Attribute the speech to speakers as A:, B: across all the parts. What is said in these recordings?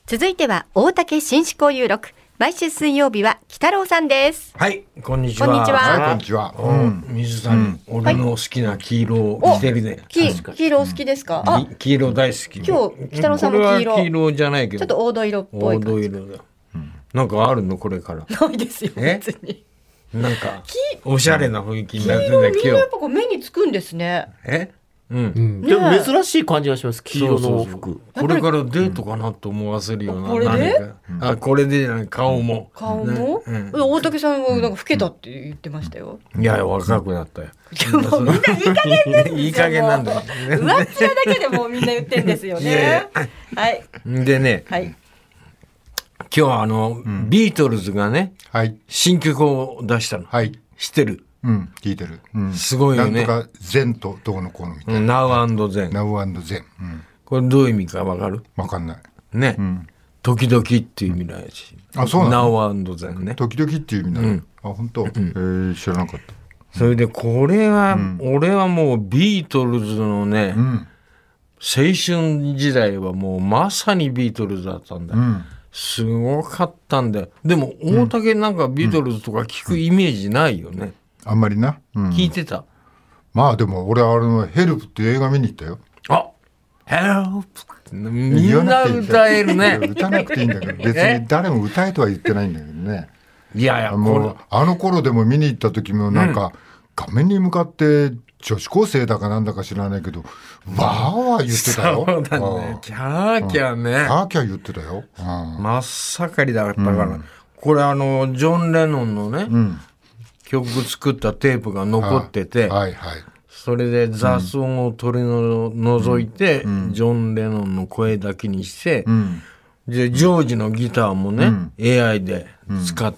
A: 続いては大竹新思考有録、毎週水曜日は北郎さんです。
B: はい、こんにちは。
A: こんにちは。
C: はい、こんにちは。
B: 水谷、俺の好きな黄色を着てるね。
A: 黄色お好きですか？
B: 黄色大好き。
A: 今日北郎さんも黄色。
B: これは黄色じゃないけど。
A: ちょっと黄土色っぽい感じ。
B: 黄土色だ。なんかあるのこれから。
A: ないですよ別に。
B: なんかおしゃれな雰囲気になって
A: んだ今日。
B: みんな
A: やっぱこう目につくんですね。
D: でも珍しい感じがします。黄色の服。
B: これからデートかなと思わせるような。
A: これで？
B: これでじゃない、顔も。
A: 顔も？大竹さんがなんか老けたって言ってましたよ。
B: いや若くなったよ。
A: もうみんないい加減です。
B: いい加減なんだよ。
A: 上っ面だけでもうみんな言ってんですよね。はい。
B: でね。
A: はい。
B: 今日はビートルズがね、新曲を出したの。知ってる？
C: 聞いてる。
B: すごいよね。
C: なんとか善とどうのこうのみたい
B: な。Now and Then。
C: Now and Then。
B: これどういう意味かわかる？
C: わかんない。
B: ね。時々っていう意味だし。
C: あ、そうなの？
B: Now and Then ね。
C: 時々っていう意味なの。あ、本当。知らなかった。
B: それでこれは、俺はもうビートルズのね、青春時代はもうまさにビートルズだったんだよ。すごかったんだよ。でも大竹なんかビートルズとか聞くイメージないよね。
C: あんまりな。
B: 聞いてた？
C: まあでも俺はヘルプっていう映画見に行ったよ。
B: あ、ヘルプみんな歌えるね。
C: 歌わなくていいんだけど、別に誰も歌えとは言ってないんだけどね。
B: いやいや、
C: もうあの頃でも見に行った時もなんか、画面に向かって女子高生だかなんだか知らないけどわーわー言ってたよ。
B: そうだね。キャーキャーね。
C: キャーキャー言ってたよ。
B: 真っ盛りだったから、これジョン・レノンのね、曲作ったテープが残ってて、それで雑音を取り除いて、ジョン・レノンの声だけにして、でジョージのギターもね、AI で使って、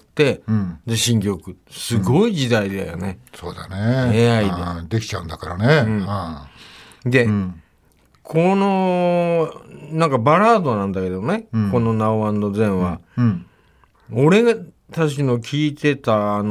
B: で新曲すごい時代だよね。
C: そうだね。 AI でできちゃうんだからね。
B: で、このなんかバラードなんだけどね、この Now and Then は、俺たちの聴いてた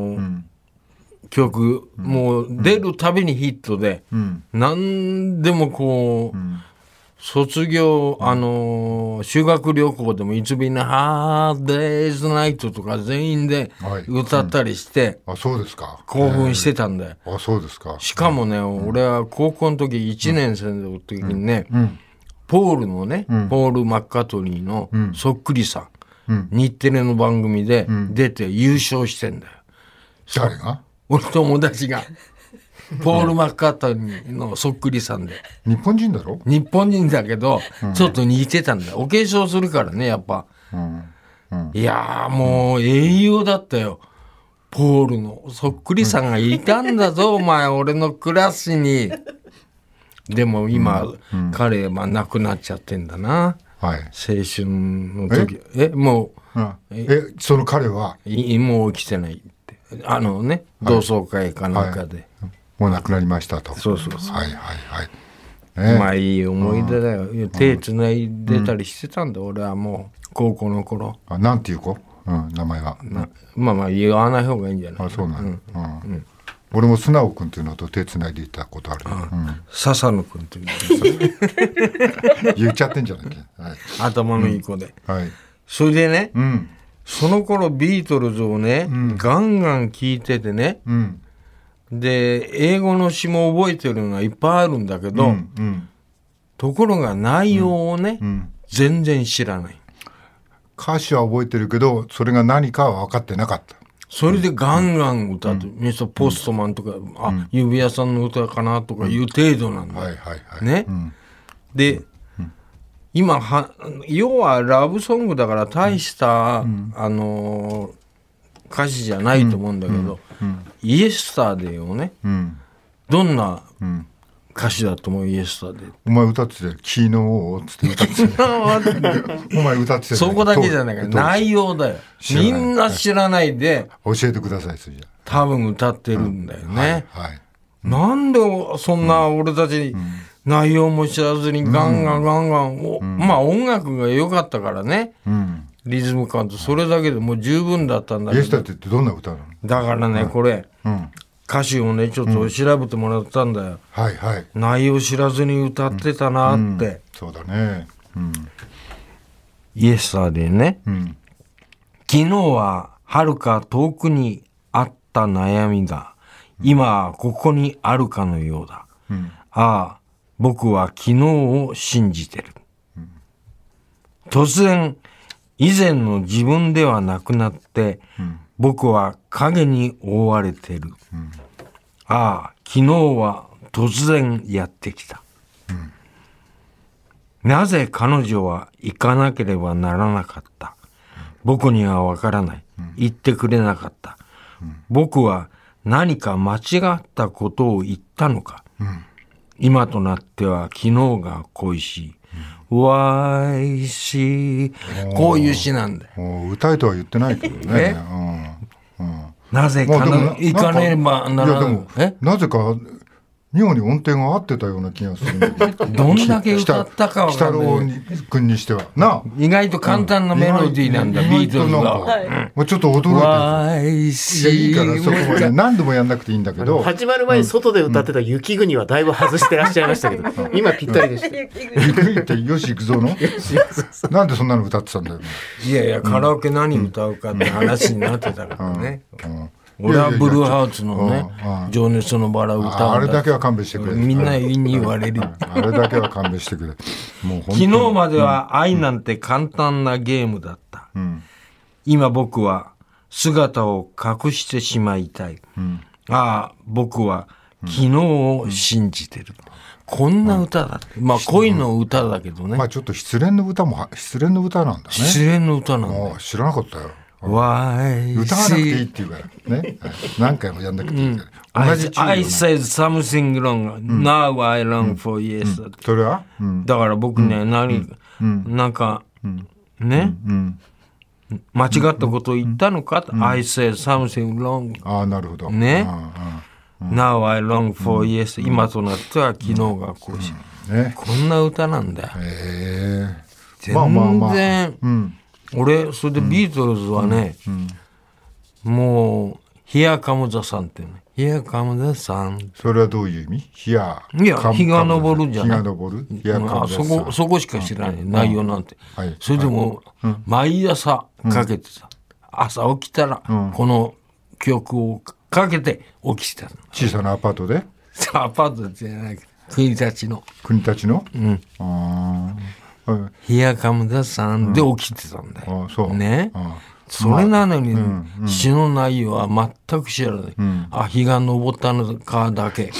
B: 曲、もう出るたびにヒットで、何でもこう、卒業、修学旅行でもいつびなハーデイズナイトとか全員で歌ったりして、
C: あ、そうですか。
B: 興奮してたんだよ。
C: あ、そうですか。
B: しかもね、俺は高校の時1年生の時にね、ポールのね、ポール・マッカートニーのそっくりさん、日テレの番組で出て優勝してんだよ。
C: 誰が？
B: 俺友達が。ポール・マッカートニーのそっくりさんで。
C: 日本人だろ？
B: 日本人だけど、ちょっと似てたんだよ。お化粧するからね、やっぱ。いやー、もう英雄だったよ。ポールのそっくりさんがいたんだぞ、お前、俺のクラスに。でも今、彼は亡くなっちゃってんだな。青春の時。も
C: う。その彼は？
B: もう生きてないって。同窓会かなんかで。
C: もう亡くなりましたと。
B: そう。
C: ま
B: あいい思い出だよ。手つないでたりしてたんだ、俺はもう高校の頃。
C: なんていう子？名前は。
B: まあ言わない方がいいんじゃない？
C: あ、そうなの。俺も素直君っていうのと手つないでいたことある。
B: 笹野君っていう
C: の。言っちゃってんじゃなきゃ。
B: 頭のいい子で。それでね、その頃ビートルズをね、ガンガン聴いててね、で英語の詩も覚えてるのがいっぱいあるんだけど、ところが内容をね、全然知らない。
C: 歌詞は覚えてるけどそれが何かは分かってなかった。
B: それでガンガン歌って、ミスターポストマンとか、指輪さんの歌かなとかいう程度なんだよ。ね。で、今要はラブソングだから大した、歌詞じゃないと思うんだけど、イエスタデイをね、どんな歌詞だと思う？イエスタデイ。
C: お前歌ってたよ。昨日つって歌ってた。お前歌ってたよ。
B: そこだけじゃないから内容だよ。みんな知らないで
C: 教えてください。それじゃ
B: 多分歌ってるんだよね。なんでそんな俺たち内容も知らずにガンガンまあ音楽が良かったからね、リズム感とそれだけでもう十分だったんだけど。
C: イエスタデイってどんな歌なの？
B: だからね、これ、歌詞をねちょっと調べてもらったんだよ。内容知らずに歌ってたなって。
C: そうだね。
B: イエスターでね、
C: うん
B: 昨日は遥か遠くにあった悩みが今はここにあるかのようだ。
C: うん
B: ああ、僕は昨日を信じてる。突然、以前の自分ではなくなって、僕は影に覆われてる。ああ、昨日は突然やってきた。なぜ彼女は行かなければならなかった。僕にはわからない。言ってくれなかった。僕は何か間違ったことを言ったのか。今となっては昨日が恋しい。わいしい。こういう詩なんだよ。
C: もう歌いとは言ってないけどね。
B: なぜか行かねばならない。
C: なぜか妙に音程が合ってたような気がするんだけど。
B: どんだけ歌ったかは
C: 北郎君にしてはな。
B: 意外と簡単なメロディーなんだ、ビートルズは。
C: もうちょっと驚いてる。
B: わいしい。
C: いいからそこまで何度もやんなくていいんだけど。
D: 始まる前に外で歌ってた雪国はだいぶ外してらっしゃいましたけど、今ぴったりでした。
C: 雪国ってよし行くぞの。なんでそんなの歌ってたんだよ。
B: いやいや、カラオケ何歌うかって話になってたからね。俺はブルーハーツのね、情熱のバラ歌うんだ。
C: あれだけは勘弁してくれ。
B: みんなに言われる。
C: あれだけは勘弁してくれ。もう
B: 昨日までは愛なんて簡単なゲームだった。今僕は姿を隠してしまいたい。ああ、僕は昨日を信じてる。こんな歌だって。まあ恋の歌だけどね。
C: まあちょっと失恋の歌も失恋の歌なんだね。
B: 失恋の歌なんだよ。
C: 知らなかったよ。
B: Why
C: 歌わなくていいって言うからね。何回もやんなくていいから。同じ
B: I said something wrong. Now I long for yes.
C: それは
B: だから僕ね、なんか、ね、間違ったことを言ったのか、I said something wrong.
C: ああ、なるほど。
B: ね。Now I long for yes. 今となっては昨日がこうし。こんな歌なんだよ。全然。俺それでビートルズはね、もう「Here Comes the Sun」ってね「Here Comes the Sun」
C: それはどういう意味？いや
B: 日が昇るじゃない。
C: 日が昇る？
B: そこしか知らない内容なんて。それでも毎朝かけてさ、朝起きたらこの曲をかけて起きてた。
C: 小さなアパートで？
B: アパートじゃないけど国立の。Here Comes the Sun で起きてたんだよ。ね。それなのに詩の内容は全く知らない。あ、日が昇ったのかだけ。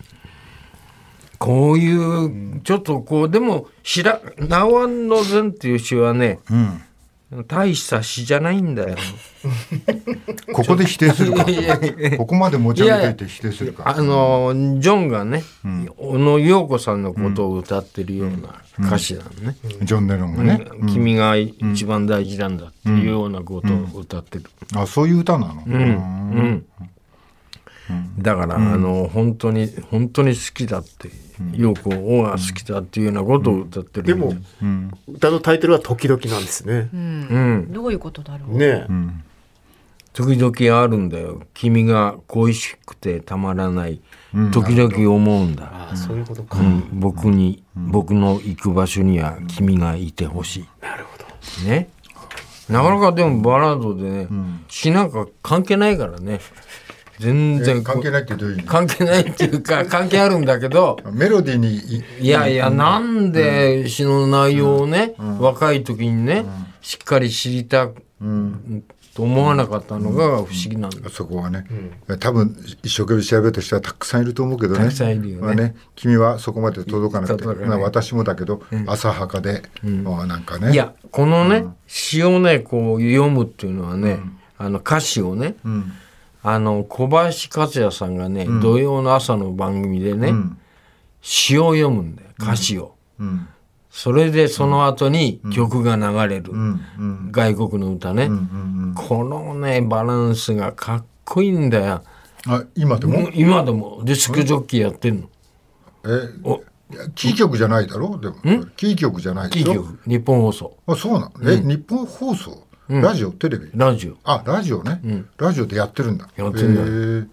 B: こういうちょっとこうでもナワンのゼンっていう詩はね、大した詩じゃないんだよ。
C: ここで否定するか。ここまで持ち上げていて否定するか。
B: ジョンがね、小野陽子さんのことを歌ってるような歌詞なのね。
C: ジョン・レノンがね、
B: 君が一番大事なんだっていうようなことを歌ってる。
C: あ、そういう歌なの。
B: だから本当に好きだって。陽子が好きだっていうようなことを歌ってる。
D: でも歌のタイトルは時々なんですね。
A: どういうことだろう
D: ね。
B: 時々あるんだよ。君が恋しくてたまらない。時々思うんだ。
D: そういうことか。
B: 僕の行く場所には君がいてほしい。
D: なるほど。
B: ね。なかなかでもバラードでね、詩なんか関係ないからね。全然
C: 関係ないってどういう意味？
B: 関係ないっていうか関係あるんだけど、
C: メロディーに
B: いやなんで詩の内容をね、若い時にね、しっかり知りたと思わなかったのが不思議なんだ。
C: そこはね、多分一生懸命調べた人はたくさんいると思うけどね。
B: たくさんいるよね。
C: 君はそこまで届かなくて、私もだけど浅はかでなんかね。
B: いやこのね詩をねこう読むっていうのはね、歌詞をね。小林克也さんがね、土曜の朝の番組でね、詩を読むんだよ、歌詞を。それでその後に曲が流れる。外国の歌ね。このね、バランスがかっこいいんだよ。
C: 今でも？
B: 今でも。で、スクジョッキーやってんの。
C: キー局じゃないだろ？でもキー局じゃないでしょ？
B: キー局、日本放送。
C: あ、そうなの？日本放送？ラジオテレビ？
B: ラジオ。
C: ラジオね。ラジオでやってるんだ。
B: やってるんだ。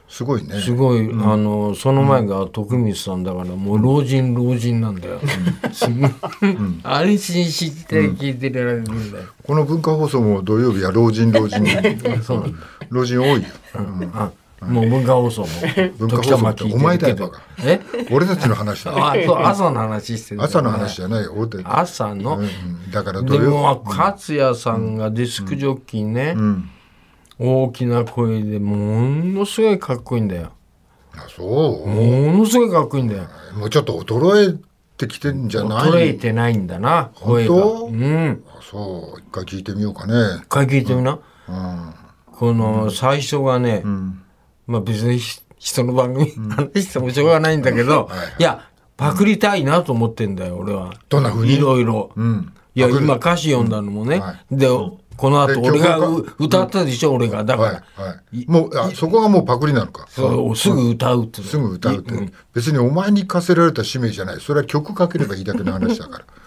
C: すごいね。
B: すごい、その前が徳光さんだからもう老人なんだよ、安心して聞いてられるんだよ、
C: この文化放送も土曜日は老人
B: そうなんだ。
C: 老人多いよ。
B: もう文化放送も
C: 文化放送ってお前だよバカ。俺たちの話だ。
B: そう朝の話してる、
C: 朝の話じゃないよ。
B: 朝の、
C: だから
B: でも勝也さんがディスクジョッキーね、大きな声でものすごいかっこいいんだよ。
C: あ、そう。
B: ものすごいかっこいいんだよ。
C: もうちょっと衰えてきてんじゃない？
B: 衰えてないんだな、声が。
C: 本当？あ、そう。一回聞いてみようかね。
B: 一回聞いてみな。この最初がね、まあ別に人の番組話してもしょうがないんだけど、いやパクりたいなと思ってんだよ俺は。
C: どんな風に？
B: いろいろ。いや今歌詞読んだのもね。でこの後俺が歌ったでしょ、俺が。だから
C: もうそこがもうパクリなのか。
B: そうすぐ歌うって。
C: すぐ歌うって。別にお前に課せられた使命じゃない。それは曲かければいいだけの話だから。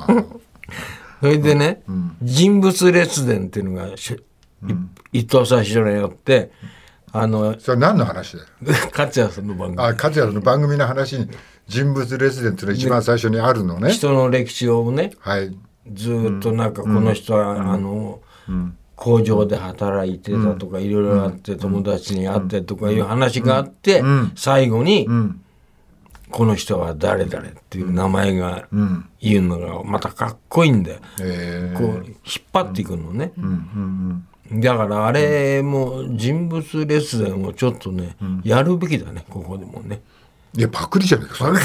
B: それでね、人物列伝っていうのが一等最初にやって、
C: それ何の話だよ。
B: 勝也さんの番組。
C: 勝也さんの番組の話に人物列伝っていうのが一番最初にあるのね。
B: 人の歴史をね、ずっとなんかこの人は工場で働いてたとかいろいろあって、友達に会ってとかいう話があって、最後にこの人は誰々っていう名前が言うのがまたかっこいいんだよ。こう引っ張っていくのね。だからあれも人物列伝をちょっとね、やるべきだね、ここでもね。
C: いやパクリじゃねえかそれ。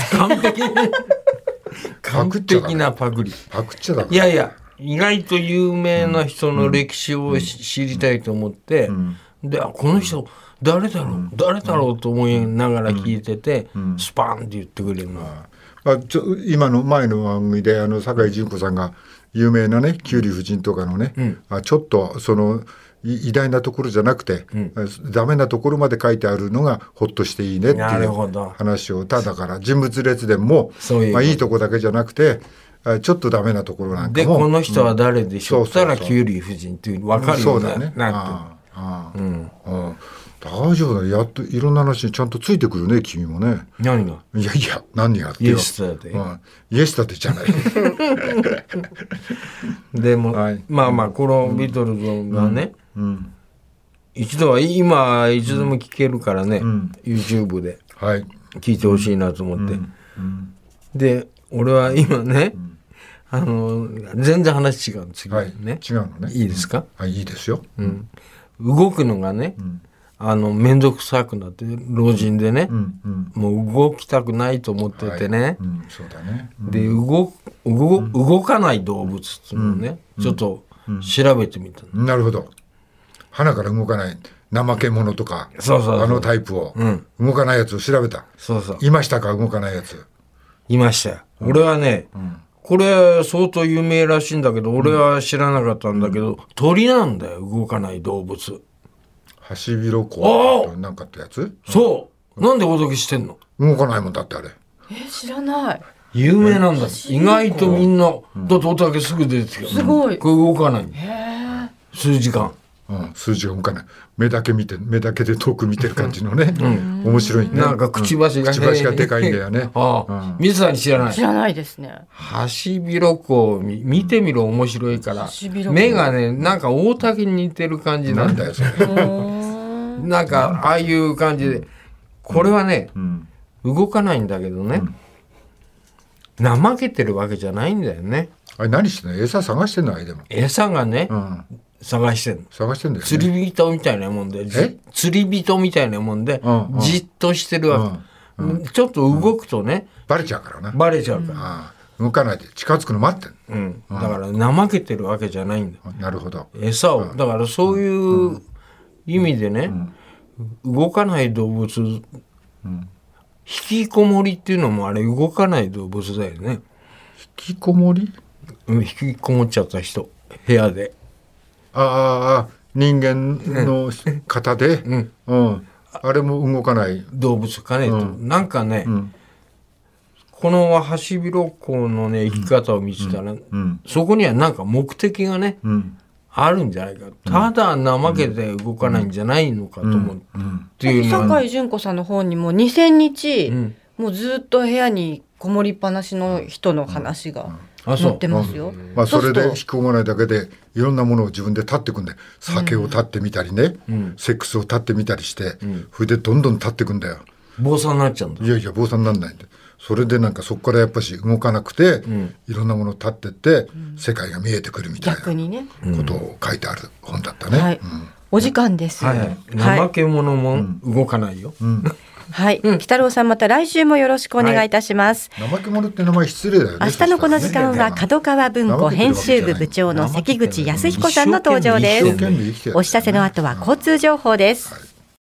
B: 完璧なパクリ。
C: パクっちゃだめ。
B: いやいや意外と有名な人の歴史を知りたいと思って、でこの人誰だろうと思いながら聞いてて、スパンって言ってくれるの。
C: 今の前の番組で酒井純子さんが有名なねキュウリ夫人とかのね、ちょっとその偉大なところじゃなくて、ダメなところまで書いてあるのがほっとしていいねっていう話を。だから人物列伝もいいとこだけじゃなくてちょっとダメなところなんかも。
B: でこの人は誰でしょうって言ったらキュウリ夫人っていう分かるようになってる。
C: 大丈夫だ。やっといろんな話にちゃんとついてくるね君もね。
B: 何が？
C: いや何がって
B: イエスタデイ。
C: イエスタデイじゃない
B: でも、まあまあこのビートルズがね、一度は今いつでも聴けるからね、YouTube で聴いてほしいなと思って、で俺は今ね、全然話違う次ね、
C: 違うのね。
B: いいですか？
C: いいですよ。
B: 動くのがね、面倒くさくなって老人でね、もう動きたくないと思っててね、
C: そうだね。
B: で動かない動物っていうのをね、ちょっと調べてみた。
C: なるほど。鼻から動かない怠け者とか、あのタイプを、動かないやつを調べた。いましたか？動かないやつ。
B: いましたよ。俺はね、これ相当有名らしいんだけど、俺は知らなかったんだけど、鳥なんだよ、動かない動物。
C: ハシビロコウなんかってやつ？
B: そう。なんで驚きしてんの？
C: 動かないもんだってあれ。
A: 知らない。
B: 有名なんだ。意外とみんな、だっておたけすぐ出てきた。
A: すごい。
B: これ動かない。数時間。
C: 数字が動かない。目だけで遠く見てる感じのね、面白いね。
B: なんかくちばしが
C: でかいんだよね。
B: 水谷知らない？
A: 知らないですね。
B: ハシビロコウ見てみろ、面白いから。目がね、なんか大竹に似てる感じなんだよ。なんかああいう感じで、これはね、動かないんだけどね、怠けてるわけじゃないんだよね。
C: あれ何してんの？餌探してんの？あれでも
B: 餌がね、探してんの。
C: 探してんだよね。
B: 釣り人みたいなもんで、釣り人みたいなもんで、じっとしてるわけ。ちょっと動くとね、
C: バレちゃうからな。
B: バレちゃうから。
C: 動かないで近づくの待ってん
B: の。だから怠けてるわけじゃないんだ。
C: なるほど。
B: 餌を、だからそういう意味でね、動かない動物、引きこもりっていうのもあれ動かない動物だよね。
C: 引きこもり？
B: 引きこもっちゃった人、部屋で。
C: 人間の型で、あれも動かない
B: 動物かね、なんかね、このハシビロコウのね生き方を見てたら、そこにはなんか目的がね、 あるんじゃないか、ただ怠けて動かないんじゃないのかと思う、っていうのは
A: 酒井純子さんの本にも2000日、もうずっと部屋にこもりっぱなしの人の話が載ってますよ。
C: それで引きこもらないだけでいろんなものを自分で立っていくんで、酒を立ってみたりね、セックスを立ってみたりして、それでどんどん立っていくんだよ。
B: 坊さんになっちゃうんだ。
C: いやいや坊さんにならないんで、それでなんかそこからやっぱし動かなくて、いろんなものを立ってって、世界が見えてくるみたいなことを書いてある本だったね。
A: はい、お時間です。
B: 怠け者も動かないよ。
A: はい、喜太郎さん、また来週もよろしくお願いいたします。
C: 怠け者って名前失礼だよね。
A: 明日のこの時間は角川文庫編集部部長の関口康彦さんの登場です。お知らせの後は交通情報です。